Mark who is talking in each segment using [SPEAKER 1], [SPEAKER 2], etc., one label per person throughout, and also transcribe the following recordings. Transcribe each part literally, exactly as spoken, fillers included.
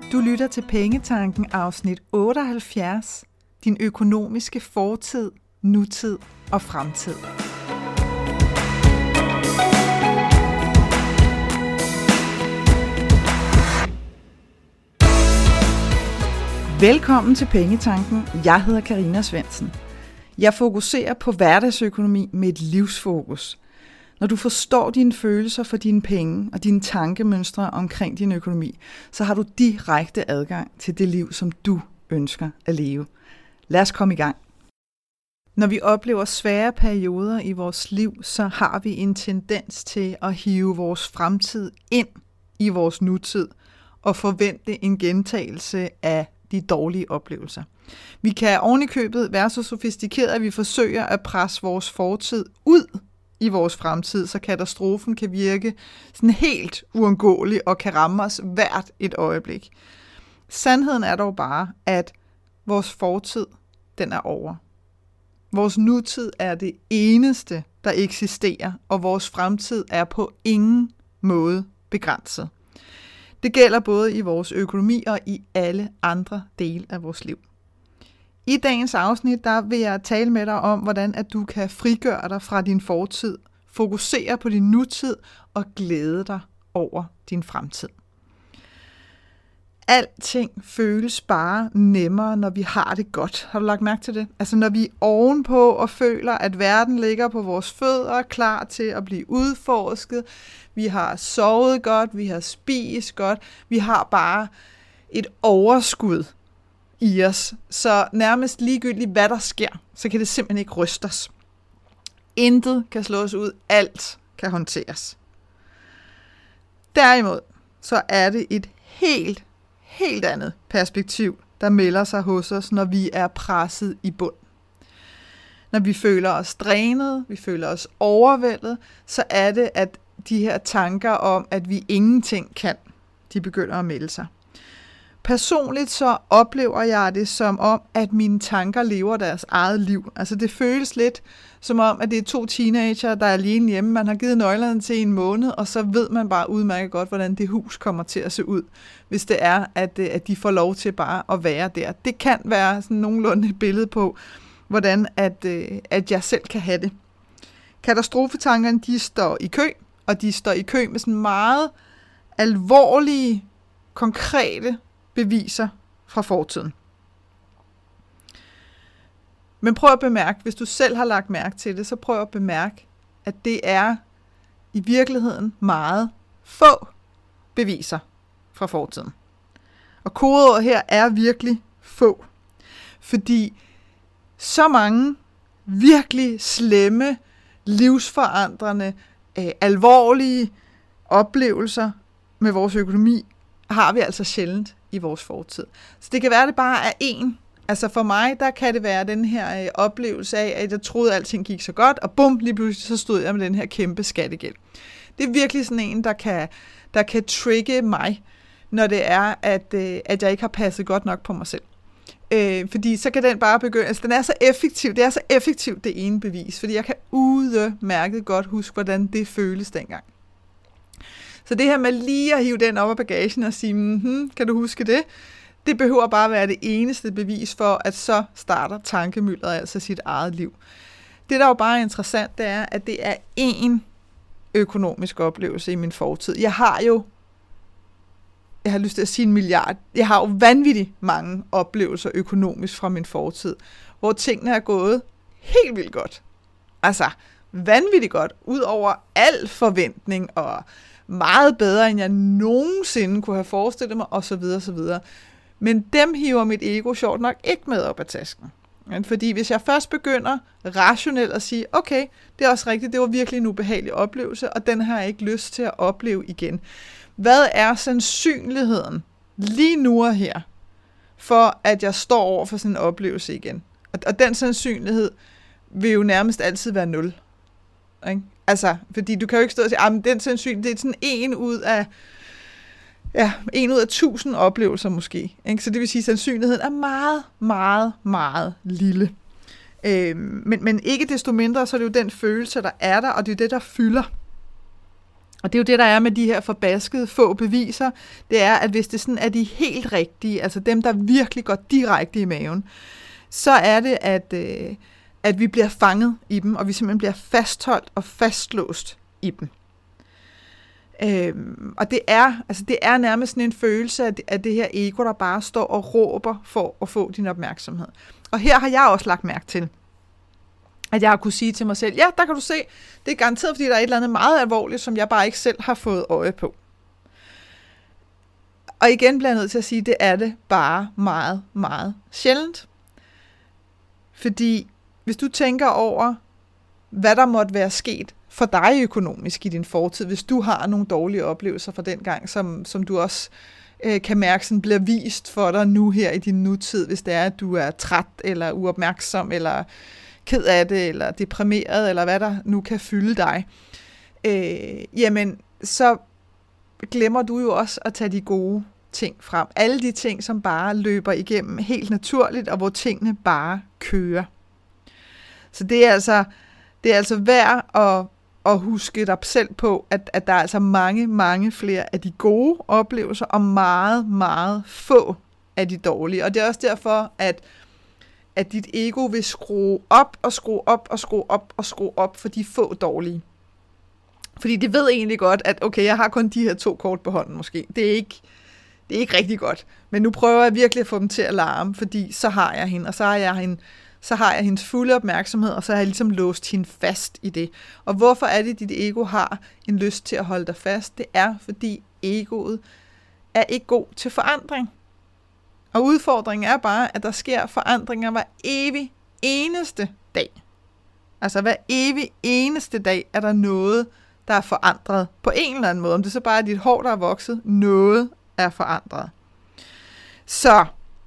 [SPEAKER 1] Du lytter til Pengetanken afsnit otteoghalvfjerds. Din økonomiske fortid, nutid og fremtid. Velkommen til Pengetanken. Jeg hedder Karina Svendsen. Jeg fokuserer på hverdagsøkonomi med et livsfokus. Når du forstår dine følelser for dine penge og dine tankemønstre omkring din økonomi, så har du direkte adgang til det liv, som du ønsker at leve. Lad os komme i gang. Når vi oplever svære perioder i vores liv, så har vi en tendens til at hive vores fremtid ind i vores nutid og forvente en gentagelse af de dårlige oplevelser. Vi kan ovenikøbet være så sofistikerede, at vi forsøger at presse vores fortid ud i vores fremtid, så katastrofen kan virke sådan helt uundgåelig og kan ramme os hvert et øjeblik. Sandheden er dog bare, at vores fortid, den er over. Vores nutid er det eneste, der eksisterer, og vores fremtid er på ingen måde begrænset. Det gælder både i vores økonomi og i alle andre dele af vores liv. I dagens afsnit, der vil jeg tale med dig om, hvordan at du kan frigøre dig fra din fortid, fokusere på din nutid og glæde dig over din fremtid. Alting føles bare nemmere, når vi har det godt. Har du lagt mærke til det? Altså når vi er ovenpå og føler, at verden ligger på vores fødder, klar til at blive udforsket. Vi har sovet godt, vi har spist godt, vi har bare et overskud i os. Så nærmest ligegyldigt, hvad der sker, så kan det simpelthen ikke ryste os. Intet kan slås ud, alt kan håndteres. Derimod, så er det et helt, helt andet perspektiv, der melder sig hos os, når vi er presset i bund. Når vi føler os drænet, vi føler os overvældet, så er det, at de her tanker om, at vi ingenting kan, de begynder at melde sig. Personligt så oplever jeg det som om, at mine tanker lever deres eget liv. Altså det føles lidt som om, at det er to teenager, der er alene hjemme. Man har givet nøglerne til en måned, og så ved man bare udmærket godt, hvordan det hus kommer til at se ud, hvis det er, at, at de får lov til bare at være der. Det kan være sådan nogenlunde et billede på, hvordan at, at jeg selv kan have det. Katastrofetankerne, de står i kø, og de står i kø med sådan meget alvorlige, konkrete beviser fra fortiden. Men prøv at bemærke, hvis du selv har lagt mærke til det, så prøv at bemærke, at det er i virkeligheden meget få beviser fra fortiden. Og kodeordet her er virkelig få. Fordi så mange virkelig slemme, livsforandrende, øh, alvorlige oplevelser med vores økonomi har vi altså sjældent i vores fortid. Så det kan være, at det bare er én. Altså for mig, der kan det være den her øh, oplevelse af, at jeg troede, at alting gik så godt, og bum, lige pludselig så stod jeg med den her kæmpe skattegæld. Det er virkelig sådan en, der kan, der kan trigge mig, når det er, at, øh, at jeg ikke har passet godt nok på mig selv. Øh, fordi så kan den bare begynde, altså den er så effektiv, det er så effektivt det ene bevis, fordi jeg kan udmærket godt huske, hvordan det føles dengang. Så det her med lige at hive den op af bagagen og sige, mm-hmm, kan du huske det? Det behøver bare at være det eneste bevis for, at så starter tankemyldret altså sit eget liv. Det, der jo bare er interessant, det er, at det er én økonomisk oplevelse i min fortid. Jeg har jo, jeg har lyst til at sige en milliard, jeg har jo vanvittigt mange oplevelser økonomisk fra min fortid, hvor tingene er gået helt vildt godt. Altså, vanvittigt godt, ud over al forventning og meget bedre, end jeg nogensinde kunne have forestillet mig, osv. osv. Men dem hiver mit ego sjovt nok ikke med op af tasken. Fordi hvis jeg først begynder rationelt at sige, okay, det er også rigtigt, det var virkelig en ubehagelig oplevelse, og den har jeg ikke lyst til at opleve igen. Hvad er sandsynligheden lige nu og her, for at jeg står over for sådan en oplevelse igen? Og den sandsynlighed vil jo nærmest altid være nul. Ikke? Altså, fordi du kan jo ikke stå og sige, at den sandsynlighed, det er sådan en ud af, ja, en ud af tusind oplevelser måske. Ikke? Så det vil sige, at sandsynligheden er meget, meget, meget lille. Øhm, men, men ikke desto mindre, så er det jo den følelse, der er der, og det er det, der fylder. Og det er jo det, der er med de her forbaskede få beviser, det er, at hvis det sådan er de helt rigtige, altså dem, der virkelig går direkte i maven, så er det, at, øh, at vi bliver fanget i dem, og vi simpelthen bliver fastholdt og fastlåst i dem. Øhm, og det er, altså det er nærmest sådan en følelse af det, af det her ego, der bare står og råber for at få din opmærksomhed. Og her har jeg også lagt mærke til, at jeg har kunne sige til mig selv, ja, der kan du se, det er garanteret, fordi der er et eller andet meget alvorligt, som jeg bare ikke selv har fået øje på. Og igen bliver jeg nødt til at sige, det er det bare meget, meget sjældent. Fordi hvis du tænker over, hvad der måtte være sket for dig økonomisk i din fortid, hvis du har nogle dårlige oplevelser fra den gang, som, som du også øh, kan mærke, sådan bliver vist for dig nu her i din nutid, hvis det er, at du er træt, eller uopmærksom, eller ked af det, eller deprimeret, eller hvad der nu kan fylde dig, øh, jamen, så glemmer du jo også at tage de gode ting frem. Alle de ting, som bare løber igennem helt naturligt, og hvor tingene bare kører. Så det er altså, det er altså værd at, at huske dig selv på, at, at der er altså mange, mange flere af de gode oplevelser, og meget, meget få af de dårlige. Og det er også derfor, at at dit ego vil skrue op og skrue op og skrue op og skrue op for de få dårlige. Fordi det ved egentlig godt, at okay, jeg har kun de her to kort på hånden måske. Det er ikke, det er ikke rigtig godt. Men nu prøver jeg virkelig at få dem til at larme, fordi så har jeg hende, og så har jeg hende, så har jeg hendes fulde opmærksomhed, og så har jeg ligesom låst hende fast i det. Og hvorfor er det, at dit ego har en lyst til at holde dig fast? Det er, fordi egoet er ikke god til forandring. Og udfordringen er bare, at der sker forandringer hver evig eneste dag. Altså hver evig eneste dag er der noget, der er forandret på en eller anden måde. Om det så bare er dit hår, der er vokset, noget er forandret. Så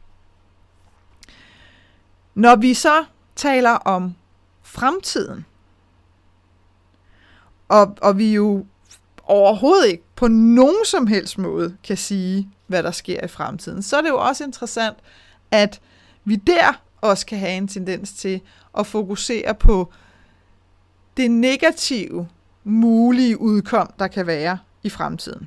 [SPEAKER 1] når vi så taler om fremtiden, og, og vi jo overhovedet ikke på nogen som helst måde kan sige, hvad der sker i fremtiden, så er det jo også interessant, at vi der også kan have en tendens til at fokusere på det negative mulige udkom, der kan være i fremtiden.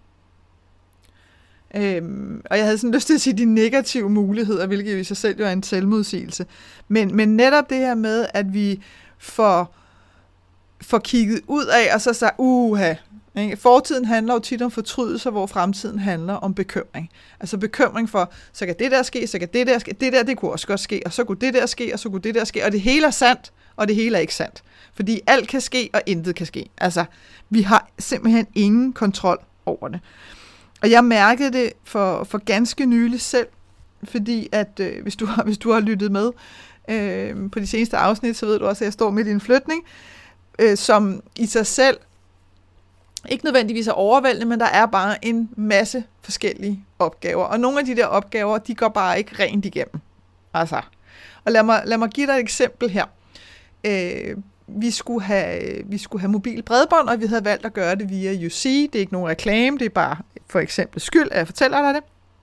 [SPEAKER 1] Øhm, og jeg havde sådan lyst til at sige de negative muligheder, hvilket i sig selv jo er en selvmodsigelse. Men, men netop det her med, at vi får, får kigget ud af, og så sagt, uha, ikke? Fortiden handler jo tit om fortrydelser, hvor fremtiden handler om bekymring. Altså bekymring for, så kan det der ske, så kan det der ske, det der, det kunne også godt ske, og så kunne det der ske, og så kunne det der ske, og det hele er sandt, og det hele er ikke sandt. Fordi alt kan ske, og intet kan ske. Altså, vi har simpelthen ingen kontrol over det. Og jeg mærkede det for, for ganske nylig selv, fordi at øh, hvis, du har, hvis du har lyttet med øh, på de seneste afsnit, så ved du også, at jeg står midt i en flytning, øh, som i sig selv ikke nødvendigvis er overvældende, men der er bare en masse forskellige opgaver. Og nogle af de der opgaver, de går bare ikke rent igennem. Altså. Og lad mig, lad mig give dig et eksempel her. Øh, vi, skulle have, vi skulle have mobil bredbånd, og vi havde valgt at gøre det via U C. Det er ikke nogen reklame, det er bare for eksempel skyld, at jeg fortæller dig det.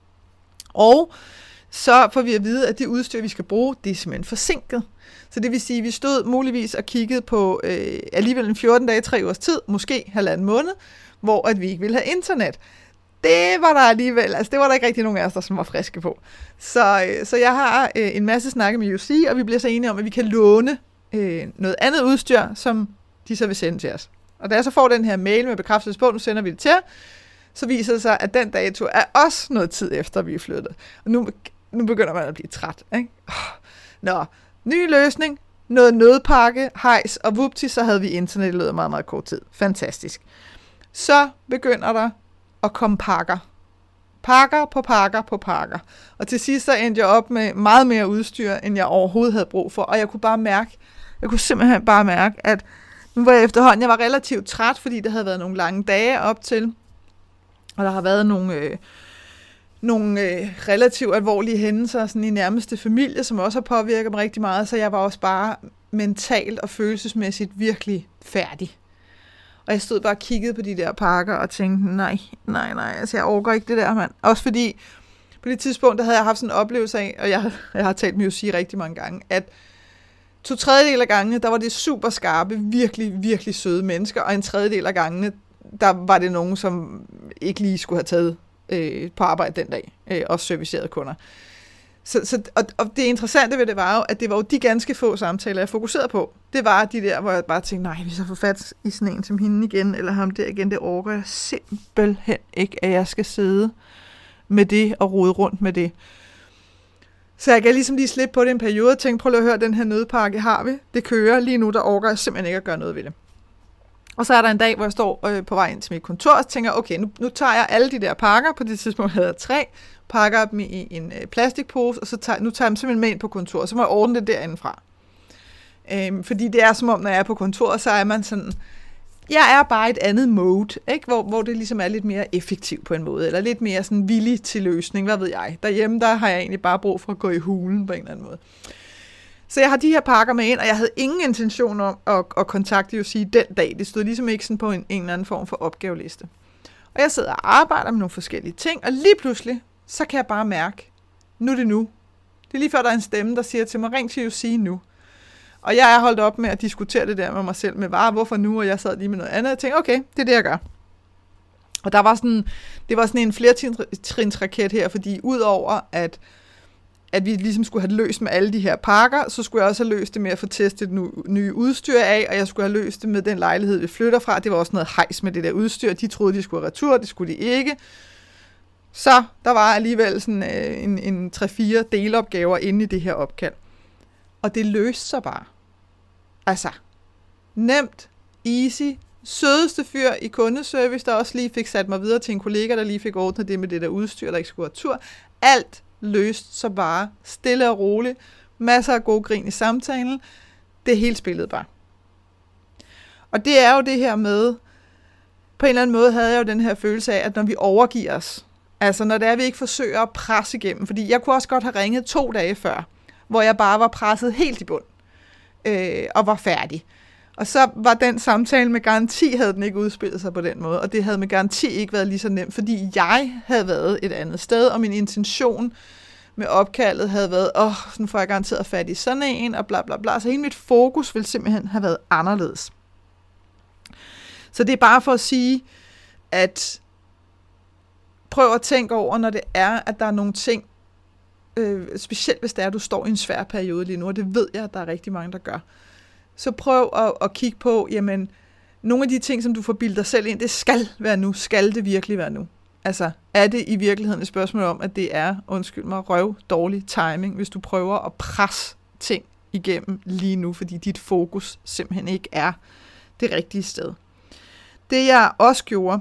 [SPEAKER 1] Og så får vi at vide, at det udstyr, vi skal bruge, det er simpelthen forsinket. Så det vil sige, at vi stod muligvis og kiggede på øh, alligevel en fjorten dage, tre ugers tid, måske halvanden måned, hvor at vi ikke ville have internet. Det var der alligevel, altså det var der ikke rigtig nogen af os, der som var friske på. Så, øh, så jeg har øh, en masse snakke med U C, og vi bliver så enige om, at vi kan låne øh, noget andet udstyr, som de så vil sende til os. Og da jeg så får den her mail med bekræftelse på, nu sender vi det til jer, så viser det sig, at den dato er også noget tid efter, vi er flyttet. Og nu, nu begynder man at blive træt, ikke? Oh, nå, ny løsning, noget nødpakke, hejs, og vupti, så havde vi internet i løbet af meget, meget kort tid. Fantastisk. Så begynder der at komme pakker. Pakker på pakker på pakker. Og til sidst så endte jeg op med meget mere udstyr, end jeg overhovedet havde brug for. Og jeg kunne bare mærke, jeg kunne simpelthen bare mærke, at nu var jeg efterhånden, jeg var relativt træt, fordi der havde været nogle lange dage op til, og der har været nogle, øh, nogle øh, relativt alvorlige hændelser sådan i nærmeste familie, som også har påvirket mig rigtig meget, så jeg var også bare mentalt og følelsesmæssigt virkelig færdig. Og jeg stod bare og kiggede på de der pakker og tænkte, nej, nej, nej, altså jeg overgår ikke det der, mand. Også fordi på det tidspunkt, der havde jeg haft sådan en oplevelse af, og jeg, jeg har talt med Jussi rigtig mange gange, at to tredjedel af gangene, der var det super skarpe, virkelig, virkelig søde mennesker, og en tredjedel af gangene, der var det nogen, som ikke lige skulle have taget øh, på arbejde den dag, øh, også servicerede kunder. Så, så, og, og det interessante ved det var jo, at det var jo de ganske få samtaler, jeg fokuserede på. Det var de der, hvor jeg bare tænkte, nej, hvis jeg får fat i sådan en som hende igen, eller ham der igen, det orker jeg simpelthen ikke, at jeg skal sidde med det og rode rundt med det. Så jeg kan ligesom lige slippe på det en periode og tænke, prøv lige at høre, den her nødpakke har vi. Det kører lige nu, der orker jeg simpelthen ikke at gøre noget ved det. Og så er der en dag, hvor jeg står øh, på vej ind til mit kontor, og tænker, okay, nu, nu tager jeg alle de der pakker, på det tidspunkt havde jeg tre, pakker dem i en øh, plastikpose, og så tager, nu tager jeg dem simpelthen med ind på kontoret, så må jeg ordne det derindefra. Øhm, fordi det er som om, når jeg er på kontoret, så er man sådan, jeg er bare et andet mode, ikke? Hvor, hvor det ligesom er lidt mere effektivt på en måde, eller lidt mere sådan villig til løsning, hvad ved jeg. Derhjemme, der har jeg egentlig bare brug for at gå i hulen på en eller anden måde. Så jeg har de her pakker med ind, og jeg havde ingen intention om at, at kontakte jo sige den dag. Det stod ligesom ikke sådan på en, en eller anden form for opgaveliste. Og jeg sidder og arbejder med nogle forskellige ting, og lige pludselig, så kan jeg bare mærke, nu er det nu. Det er lige før, der er en stemme, der siger til mig, ring til Josie nu. Og jeg er holdt op med at diskutere det der med mig selv, med var, hvorfor nu, og jeg sad lige med noget andet, og jeg tænkte, okay, det er det, jeg gør. Og der var sådan, det var sådan en flertrinsraket her, fordi udover at, at vi ligesom skulle have det løst med alle de her pakker, så skulle jeg også have løst det med at få testet nye udstyr af, og jeg skulle have løst det med den lejlighed, vi flytter fra. Det var også noget hejs med det der udstyr. De troede, de skulle have retur, det skulle de ikke. Så der var alligevel sådan øh, en, en tre-fire delopgaver inde i det her opkald. Og det løste sig bare. Altså, nemt, easy, sødeste fyr i kundeservice, der også lige fik sat mig videre til en kollega, der lige fik ordnet det med det der udstyr, der ikke skulle have tur. Alt løst så bare, stille og roligt, masser af god grin i samtalen. Det hele spillede bare. Og det er jo det her med, på en eller anden måde havde jeg jo den her følelse af, at når vi overgiver os, altså når det er, vi ikke forsøger at presse igennem, fordi jeg kunne også godt have ringet to dage før, hvor jeg bare var presset helt i bund, øh, og var færdig. Og så var den samtale med garanti, havde den ikke udspillet sig på den måde, og det havde med garanti ikke været lige så nemt, fordi jeg havde været et andet sted, og min intention med opkaldet havde været, åh, oh, nu får jeg garanteret fat i sådan en, og bla bla bla, så hele mit fokus ville simpelthen have været anderledes. Så det er bare for at sige, at prøv at tænke over, når det er, at der er nogle ting, øh, specielt hvis det er, at du står i en svær periode lige nu, og det ved jeg, at der er rigtig mange, der gør. Så prøv at, at kigge på, jamen, nogle af de ting, som du får bildet dig selv ind, det skal være nu. Skal det virkelig være nu? Altså, er det i virkeligheden et spørgsmål om, at det er, undskyld mig, røv dårlig timing, hvis du prøver at presse ting igennem lige nu, fordi dit fokus simpelthen ikke er det rigtige sted. Det jeg også gjorde,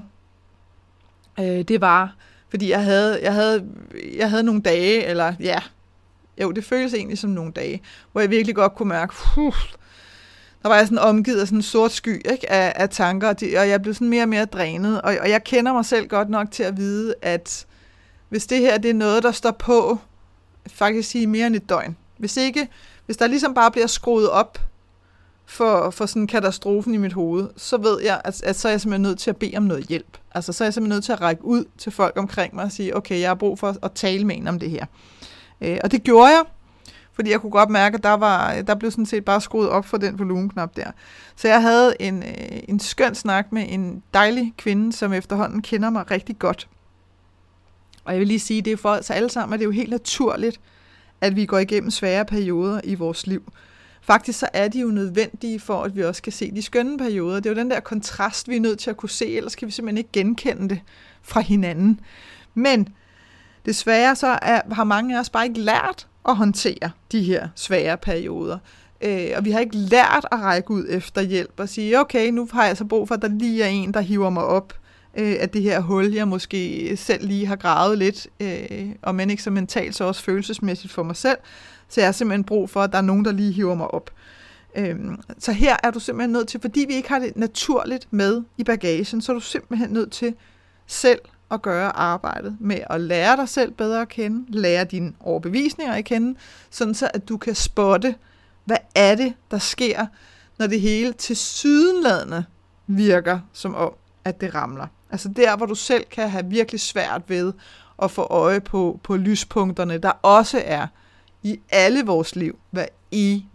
[SPEAKER 1] øh, det var, fordi jeg havde, jeg havde, jeg havde nogle dage, eller ja, jo, det føles egentlig som nogle dage, hvor jeg virkelig godt kunne mærke, uh, der var jeg sådan omgivet af sådan en sort sky, ikke, af, af tanker, og, de, og jeg blev sådan mere og mere drænet, og, og jeg kender mig selv godt nok til at vide, at hvis det her det er noget, der står på, faktisk sige mere end et døgn, hvis ikke, hvis der ligesom bare bliver skruet op for, for sådan katastrofen i mit hoved, så ved jeg, at, at så er jeg simpelthen nødt til at bede om noget hjælp. Altså så er jeg simpelthen nødt til at række ud til folk omkring mig og sige, okay, jeg har brug for at tale med en om det her. Øh, og det gjorde jeg, fordi jeg kunne godt mærke, at der, var, der blev sådan set bare skruet op for den volumenknap der. Så jeg havde en, en skøn snak med en dejlig kvinde, som efterhånden kender mig rigtig godt. Og jeg vil lige sige, det er for os alle sammen, at det er jo helt naturligt, at vi går igennem svære perioder i vores liv. Faktisk så er de jo nødvendige for, at vi også kan se de skønne perioder. Det er jo den der kontrast, vi er nødt til at kunne se, ellers kan vi simpelthen ikke genkende det fra hinanden. Men desværre så er, har mange af os bare ikke lært at håndtere de her svære perioder. Øh, og vi har ikke lært at række ud efter hjælp og sige, okay, nu har jeg så brug for, at der lige er en, der hiver mig op øh, af det her hul, jeg måske selv lige har gravet lidt, øh, og men ikke så mentalt, så også følelsesmæssigt for mig selv. Så jeg har simpelthen brug for, at der er nogen, der lige hiver mig op. Øhm, så her er du simpelthen nødt til, fordi vi ikke har det naturligt med i bagagen, så er du simpelthen nødt til selv at gøre arbejdet med at lære dig selv bedre at kende, lære dine overbevisninger at kende, sådan så at du kan spotte, hvad er det, der sker, når det hele tilsyneladende virker som om, at det ramler. Altså der, hvor du selv kan have virkelig svært ved at få øje på, på lyspunkterne, der også er i alle vores liv, hver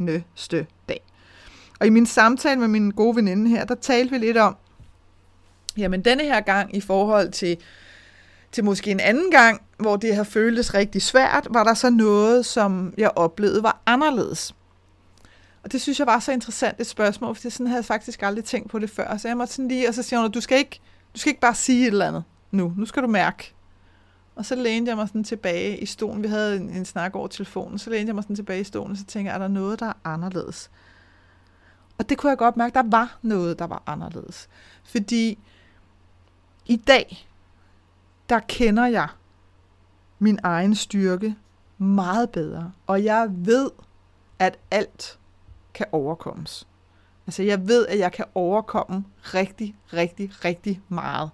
[SPEAKER 1] eneste dag. Og i min samtale med min gode veninde her, der talte vi lidt om, jamen denne her gang i forhold til, til måske en anden gang, hvor det har føltes rigtig svært, var der så noget, som jeg oplevede var anderledes. Og det synes jeg var så interessant et spørgsmål, for sådan havde jeg faktisk aldrig tænkt på det før. Så jeg måtte sådan lige, og så siger hun, du skal ikke, du skal ikke bare sige et eller andet nu, nu skal du mærke. Og så lænede jeg mig sådan tilbage i stolen. Vi havde en, en snak over telefonen. Så lænede jeg mig sådan tilbage i stolen, og så tænkte jeg, er der noget, der er anderledes? Og det kunne jeg godt mærke, der var noget, der var anderledes. Fordi i dag, der kender jeg min egen styrke meget bedre. Og jeg ved, at alt kan overkommes. Altså jeg ved, at jeg kan overkomme rigtig, rigtig, rigtig meget.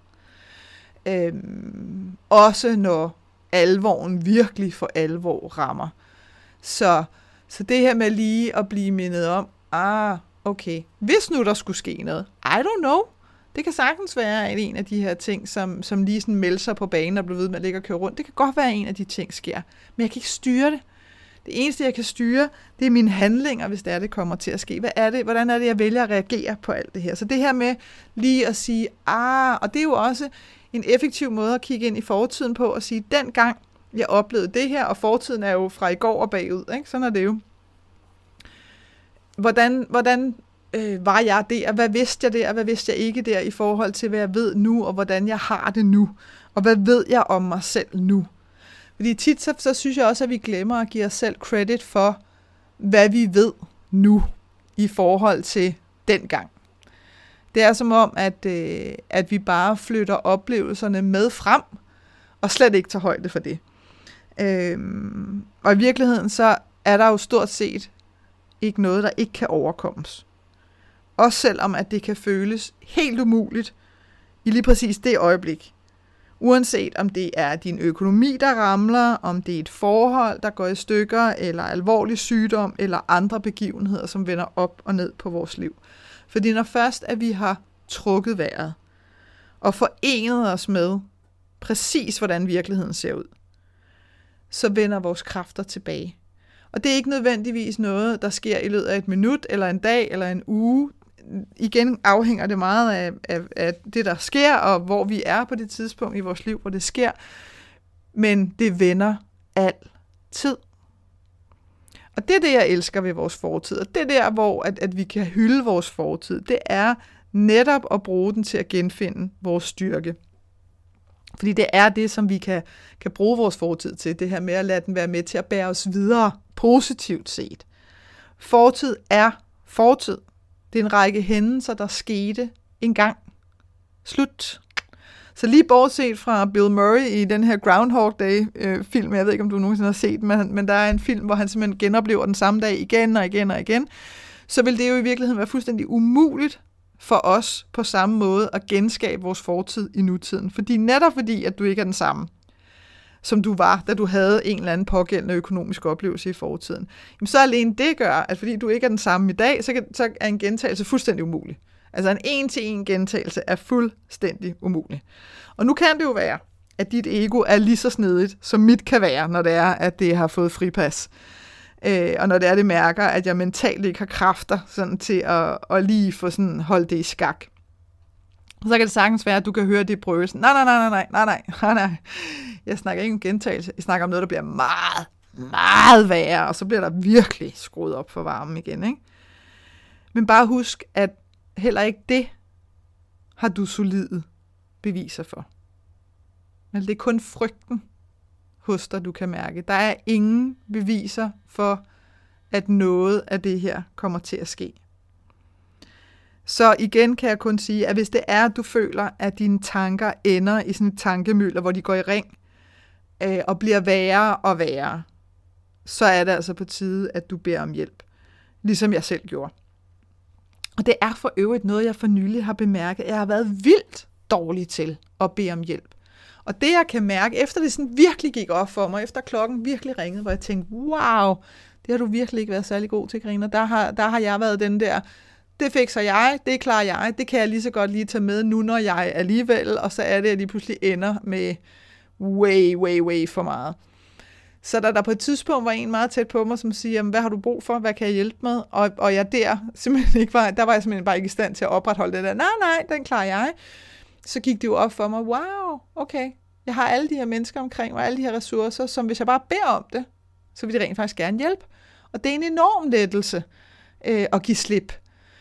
[SPEAKER 1] Øhm, også når alvoren virkelig for alvor rammer. Så, så det her med lige at blive mindet om, ah, okay, hvis nu der skulle ske noget, I don't know, det kan sagtens være at en af de her ting, som, som lige sådan melder sig på banen og bliver ved med at ligge og køre rundt, det kan godt være, at en af de ting sker, men jeg kan ikke styre det. Det eneste, jeg kan styre, det er mine handlinger, hvis det er, det kommer til at ske. Hvad er det? Hvordan er det, jeg vælger at reagere på alt det her? Så det her med lige at sige, ah, og det er jo også en effektiv måde at kigge ind i fortiden på og sige, den gang jeg oplevede det her, og fortiden er jo fra i går og bagud, ikke? Sådan er det jo. Hvordan, hvordan øh, var jeg der? Hvad vidste jeg der? Hvad vidste jeg ikke der i forhold til, hvad jeg ved nu, og hvordan jeg har det nu? Og hvad ved jeg om mig selv nu? Fordi tit så, så synes jeg også, at vi glemmer at give os selv credit for, hvad vi ved nu i forhold til dengang. Det er som om, at, øh, at vi bare flytter oplevelserne med frem, og slet ikke tager højde for det. Øhm, og i virkeligheden så er der jo stort set ikke noget, der ikke kan overkommes. Også selvom at det kan føles helt umuligt i lige præcis det øjeblik. Uanset om det er din økonomi, der ramler, om det er et forhold, der går i stykker, eller alvorlig sygdom, eller andre begivenheder, som vender op og ned på vores liv. Fordi når først, at vi har trukket vejret, og forenet os med præcis, hvordan virkeligheden ser ud, så vender vores kræfter tilbage. Og det er ikke nødvendigvis noget, der sker i løbet af et minut, eller en dag, eller en uge. Igen afhænger det meget af, af, af det, der sker, og hvor vi er på det tidspunkt i vores liv, hvor det sker. Men det vender altid. Og det er det, jeg elsker ved vores fortid. Og det er der, hvor at, at vi kan hylde vores fortid. Det er netop at bruge den til at genfinde vores styrke. Fordi det er det, som vi kan, kan bruge vores fortid til. Det her med at lade den være med til at bære os videre positivt set. Fortid er fortid. Det er en række hændelser, der skete en gang. Slut. Så lige bortset fra Bill Murray i den her Groundhog Day-film, jeg ved ikke, om du nogensinde har set, men, men der er en film, hvor han simpelthen genoplever den samme dag igen og igen og igen, så vil det jo i virkeligheden være fuldstændig umuligt for os på samme måde at genskabe vores fortid i nutiden. Fordi netop fordi, at du ikke er den samme, som du var, da du havde en eller anden pågældende økonomisk oplevelse i fortiden, jamen så alene det gør, at fordi du ikke er den samme i dag, så, kan, så er en gentagelse fuldstændig umulig. Altså en en-til-en gentagelse er fuldstændig umulig. Og nu kan det jo være, at dit ego er lige så snedigt, som mit kan være, når det er, at det har fået fripas. Øh, og når det er, det mærker, at jeg mentalt ikke har kræfter sådan, til at, at lige få sådan, holde det i skak. Så kan det sagtens være, at du kan høre det brøse. Nej, nej, nej, nej, nej, nej, nej, nej. Jeg snakker ikke om gentagelse. Jeg snakker om noget, der bliver meget, meget værre, og så bliver der virkelig skruet op for varmen igen, ikke? Men bare husk, at heller ikke det har du solide beviser for. Men det er kun frygten hos dig, du kan mærke. Der er ingen beviser for, at noget af det her kommer til at ske. Så igen kan jeg kun sige, at hvis det er, at du føler, at dine tanker ender i sådan et tankemøller, hvor de går i ring øh, og bliver værre og værre, så er det altså på tide, at du beder om hjælp. Ligesom jeg selv gjorde. Og det er for øvrigt noget, jeg for nylig har bemærket. Jeg har været vildt dårlig til at bede om hjælp. Og det jeg kan mærke, efter det sådan virkelig gik op for mig, efter klokken virkelig ringede, hvor jeg tænkte, wow, det har du virkelig ikke været særlig god til, Karina. Der har, der har jeg været den der, det fikser jeg, det klarer jeg, det kan jeg lige så godt lige tage med nu, når jeg alligevel, og så er det, at de pludselig ender med way, way, way for meget. Så da der på et tidspunkt var en meget tæt på mig, som siger, hvad har du brug for, hvad kan jeg hjælpe med? Og, og jeg der simpelthen ikke var, der var jeg simpelthen bare ikke i stand til at opretholde det der, nej, nej, den klarer jeg. så gik det jo op for mig, wow, okay, jeg har alle de her mennesker omkring mig, alle de her ressourcer, som hvis jeg bare beder om det, så vil de rent faktisk gerne hjælpe. Og det er en enorm lettelse øh, at give slip.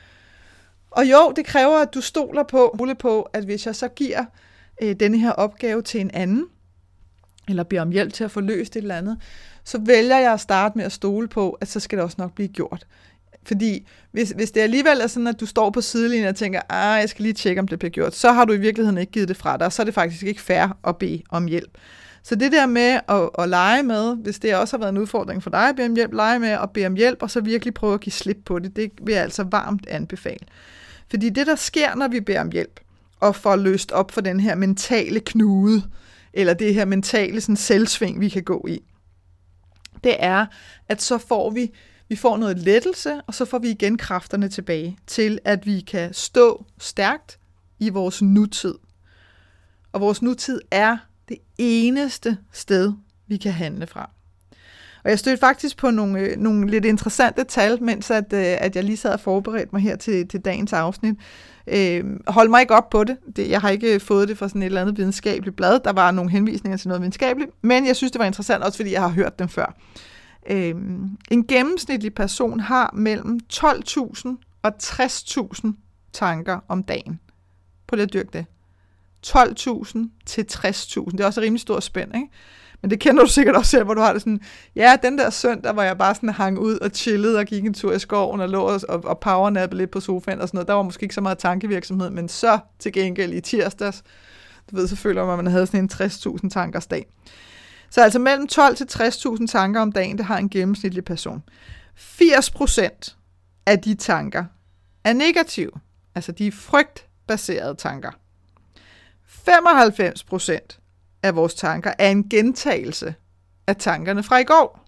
[SPEAKER 1] Og jo, det kræver, at du stoler på, på at hvis jeg så giver øh, denne her opgave til en anden, eller beder om hjælp til at få løst et eller andet, så vælger jeg at starte med at stole på, at så skal det også nok blive gjort. Fordi hvis, hvis det alligevel er sådan, at du står på sidelinjen og tænker, ah, jeg skal lige tjekke, om det bliver gjort, så har du i virkeligheden ikke givet det fra dig, og så er det faktisk ikke fair at bede om hjælp. Så det der med at, at lege med, hvis det også har været en udfordring for dig at bede om hjælp, lege med at bede om hjælp, og så virkelig prøve at give slip på det, det vil jeg altså varmt anbefale. Fordi det, der sker, når vi beder om hjælp, og får løst op for den her mentale knude, eller det her mentale sådan, selvsving, vi kan gå i, det er, at så får vi, vi får noget lettelse, og så får vi igen kræfterne tilbage til, at vi kan stå stærkt i vores nutid. Og vores nutid er det eneste sted, vi kan handle fra. Og jeg stødte faktisk på nogle, øh, nogle lidt interessante tal, mens at, øh, at jeg lige sad og forberedte mig her til, til dagens afsnit. Øh, hold mig ikke op på det. det. Jeg har ikke fået det fra sådan et eller andet videnskabeligt blad. Der var nogle henvisninger til noget videnskabeligt, men jeg synes, det var interessant, også fordi jeg har hørt dem før. Øh, en gennemsnitlig person har mellem tolv tusind og tres tusind tanker om dagen. Prøv lige at dyrke det. tolv tusind til tres tusind. Det er også et rimelig stort spænd, ikke? Men det kender du sikkert også selv, hvor du har det sådan, ja, den der søndag, hvor jeg bare sådan hang ud og chillede og gik en tur i skoven og lå og, og powernappede lidt på sofaen og sådan noget. Der var måske ikke så meget tankevirksomhed, men så til gengæld i tirsdags, du ved, så føler man, at man havde sådan en tres tusind tankers dag. Så altså mellem tolv til tres tusind tanker om dagen, det har en gennemsnitlig person. firs procent af de tanker er negative, altså de er frygtbaserede tanker. femoghalvfems procent af vores tanker er en gentagelse af tankerne fra i går.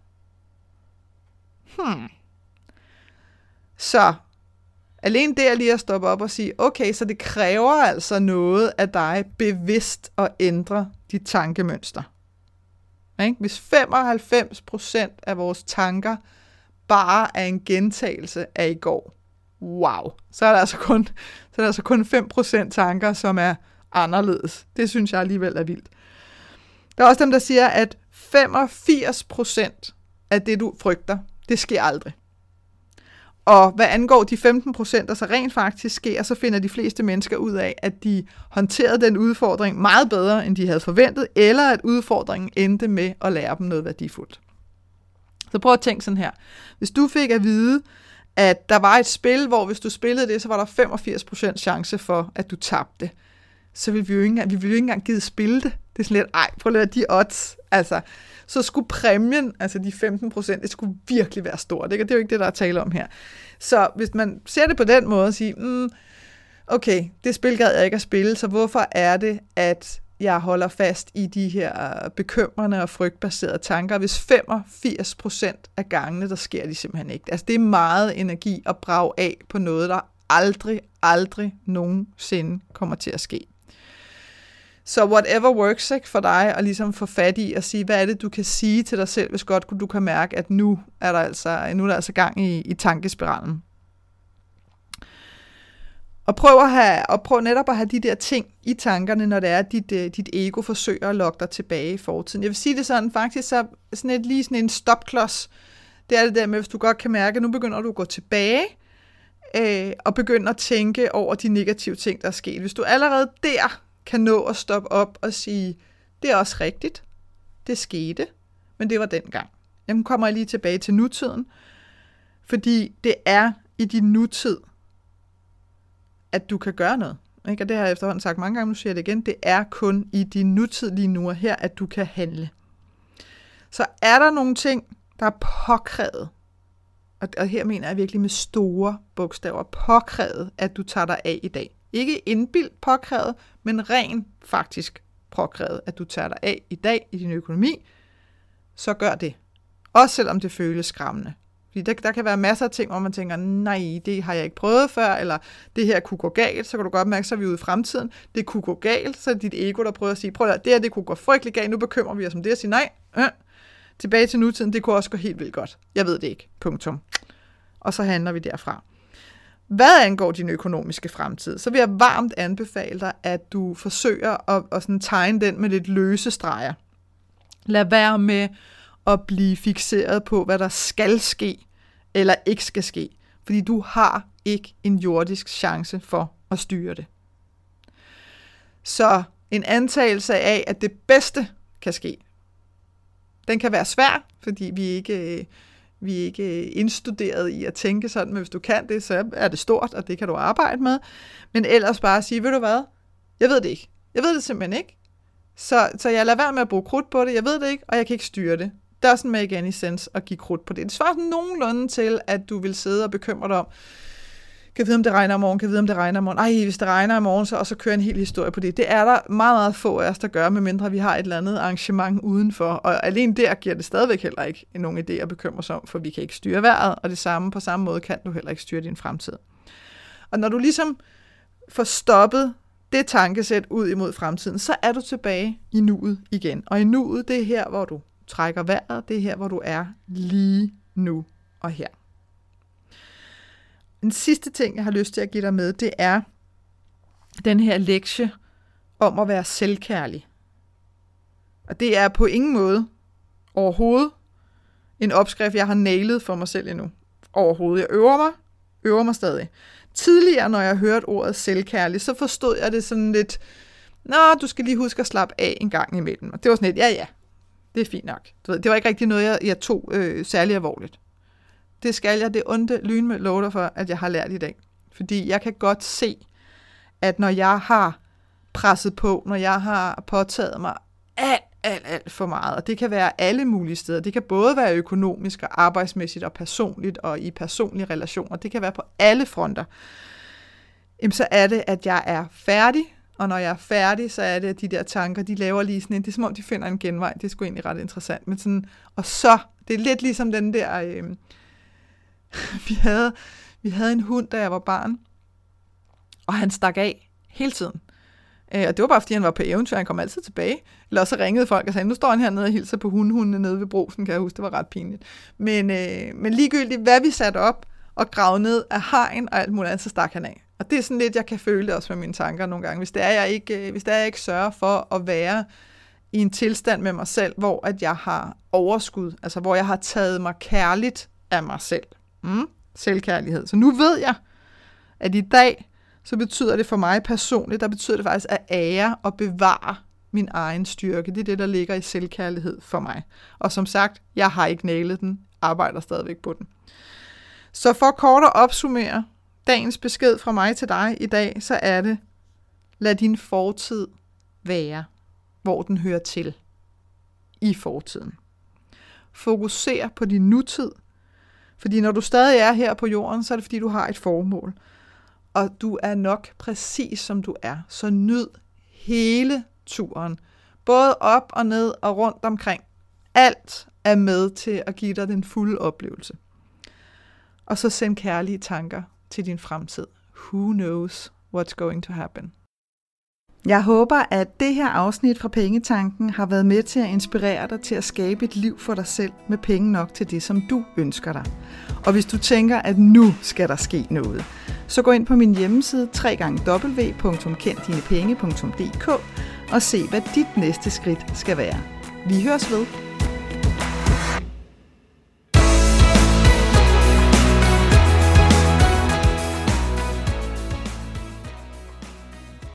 [SPEAKER 1] Hmm. Så alene det er lige at stoppe op og sige, okay, så det kræver altså noget af dig bevidst at ændre dit tankemønster. Ikke? Hvis femoghalvfems procent af vores tanker bare er en gentagelse af i går, wow, så er der altså kun, så er der altså kun fem procent tanker, som er anderledes. Det synes jeg alligevel er vildt. Der er også dem, der siger, at femogfirs procent af det, du frygter, det sker aldrig. Og hvad angår de femten procent, der så rent faktisk sker, så finder de fleste mennesker ud af, at de håndterede den udfordring meget bedre, end de havde forventet, eller at udfordringen endte med at lære dem noget værdifuldt. Så prøv at tænke sådan her. Hvis du fik at vide, at der var et spil, hvor hvis du spillede det, så var der femogfirs procent chance for, at du tabte, så ville vi jo ikke engang, vi ville jo ikke engang give spille det. Det er sådan lidt, ej, prøv at lade de odds. Altså, så skulle præmien, altså de femten procent, det skulle virkelig være stort. Ikke? Og det er jo ikke det, der er tale om her. Så hvis man ser det på den måde og siger, mm, okay, det spil gad jeg ikke at spille, så hvorfor er det, at jeg holder fast i de her bekymrende og frygtbaserede tanker, hvis femogfirs procent af gangene, der sker de simpelthen ikke. Altså, det er meget energi at brage af på noget, der aldrig, aldrig nogensinde kommer til at ske. Så whatever works ikke, for dig, og ligesom få fat i at sige, hvad er det, du kan sige til dig selv, hvis godt du kan mærke, at nu er der altså, nu er der altså gang i, i tankespiralen. Og prøv, at have, og prøv netop at have de der ting i tankerne, når det er, at dit, dit ego forsøger at lokke dig tilbage i fortiden. Jeg vil sige det sådan, faktisk så sådan et, lige sådan en stopklods. Det er det der med, hvis du godt kan mærke, at nu begynder du at gå tilbage, øh, og begynder at tænke over de negative ting, der er sket. Hvis du allerede der kan nå at stoppe op og sige, det er også rigtigt, det skete, men det var dengang. Jamen kommer jeg lige tilbage til nutiden, fordi det er i din nutid, at du kan gøre noget. Ikke? Og det har jeg efterhånden sagt mange gange, nu siger jeg det igen, det er kun i din nutid lige nu og her, at du kan handle. Så er der nogle ting, der er påkrævet, og her mener jeg virkelig med store bogstaver, påkrævet, at du tager dig af i dag. Ikke indbildt påkrævet, men rent faktisk påkrævet, at du tager dig af i dag i din økonomi, så gør det. Også selvom det føles skræmmende. Fordi der, der kan være masser af ting, hvor man tænker, nej, det har jeg ikke prøvet før, eller det her kunne gå galt, så kan du godt mærke, så er vi ude i fremtiden. Det kunne gå galt, så er det dit ego, der prøver at sige, prøv at det her, det kunne gå frygtelig galt, nu bekymrer vi os om det, og sige nej, øh, tilbage til nutiden, det kunne også gå helt vildt godt. Jeg ved det ikke, punktum. Og så handler vi derfra. Hvad angår din økonomiske fremtid, så vil jeg varmt anbefale dig, at du forsøger at, at sådan tegne den med lidt løse streger. Lad være med at blive fikseret på, hvad der skal ske eller ikke skal ske, fordi du har ikke en jordisk chance for at styre det. Så en antagelse af, at det bedste kan ske, den kan være svær, fordi vi ikke, vi er ikke indstuderet i at tænke sådan, men hvis du kan det, så er det stort, og det kan du arbejde med. Men ellers bare sige, ved du hvad, jeg ved det ikke. Jeg ved det simpelthen ikke. Så, så jeg lader være med at bruge krudt på det, jeg ved det ikke, og jeg kan ikke styre det. Doesn't make any sense at give krudt på det. Det svarer sådan nogenlunde til, at du vil sidde og bekymre dig om, kan vide, om det regner i morgen, kan vide, om det regner i morgen. Ej, hvis det regner i morgen, så, og så kører en hel historie på det. Det er der meget, meget få af os, der gør, medmindre vi har et eller andet arrangement udenfor. Og alene der giver det stadigvæk heller ikke nogen idé at bekymre sig om, for vi kan ikke styre vejret, og det samme på samme måde kan du heller ikke styre din fremtid. Og når du ligesom får stoppet det tankesæt ud imod fremtiden, så er du tilbage i nuet igen. Og i nuet, det er her, hvor du trækker vejret, det er her, hvor du er lige nu og her. Den sidste ting, jeg har lyst til at give dig med, det er den her lektie om at være selvkærlig. Og det er på ingen måde overhovedet en opskrift, jeg har nailet for mig selv endnu. Overhovedet. Jeg øver mig, øver mig stadig. Tidligere, når jeg hørte ordet selvkærlig, så forstod jeg det sådan lidt, nå, du skal lige huske at slappe af en gang imellem. Og det var sådan lidt, ja ja, det er fint nok. Du ved, det var ikke rigtig noget, jeg, jeg tog øh, særlig alvorligt. Det skal jeg, det onde lyn med love dig for, at jeg har lært i dag. Fordi jeg kan godt se, at når jeg har presset på, når jeg har påtaget mig alt, alt, alt for meget, og det kan være alle mulige steder, det kan både være økonomisk og arbejdsmæssigt og personligt og i personlige relationer, det kan være på alle fronter, jamen så er det, at jeg er færdig, og når jeg er færdig, så er det, at de der tanker, de laver lige sådan en, det er som om, de finder en genvej, det er sgu egentlig ret interessant, men sådan, og så, det er lidt ligesom den der, øh, vi havde, vi havde en hund, da jeg var barn, og han stak af hele tiden. Øh, og det var bare, fordi han var på eventyr, han kom altid tilbage. Eller så ringede folk og sagde, nu står han hernede og hilser på hundehundene nede ved Brugsen, kan jeg huske, det var ret pinligt. Men, øh, men ligegyldigt, hvad vi satte op og gravede ned af hegn og alt muligt andet, så stak han af. Og det er sådan lidt, jeg kan føle det også med mine tanker nogle gange. Hvis det er, jeg ikke, hvis det er, jeg ikke sørger for at være i en tilstand med mig selv, hvor at jeg har overskud, altså hvor jeg har taget mig kærligt af mig selv. Mm? Selvkærlighed. Så nu ved jeg, at i dag, så betyder det for mig personligt, der betyder det faktisk at ære og bevare min egen styrke. Det er det, der ligger i selvkærlighed for mig. Og som sagt, jeg har ikke nailet den, arbejder stadigvæk på den. Så for kort at opsummere dagens besked fra mig til dig i dag, så er det, lad din fortid være, hvor den hører til. I fortiden. Fokuser på din nutid, fordi når du stadig er her på jorden, så er det fordi, du har et formål. Og du er nok præcis som du er. Så nyd hele turen. Både op og ned og rundt omkring. Alt er med til at give dig den fulde oplevelse. Og så send kærlige tanker til din fremtid. Who knows what's going to happen? Jeg håber, at det her afsnit fra Pengetanken har været med til at inspirere dig til at skabe et liv for dig selv med penge nok til det, som du ønsker dig. Og hvis du tænker, at nu skal der ske noget, så gå ind på min hjemmeside w w w punktum kend dine penge punktum d k og se, hvad dit næste skridt skal være. Vi høres ved.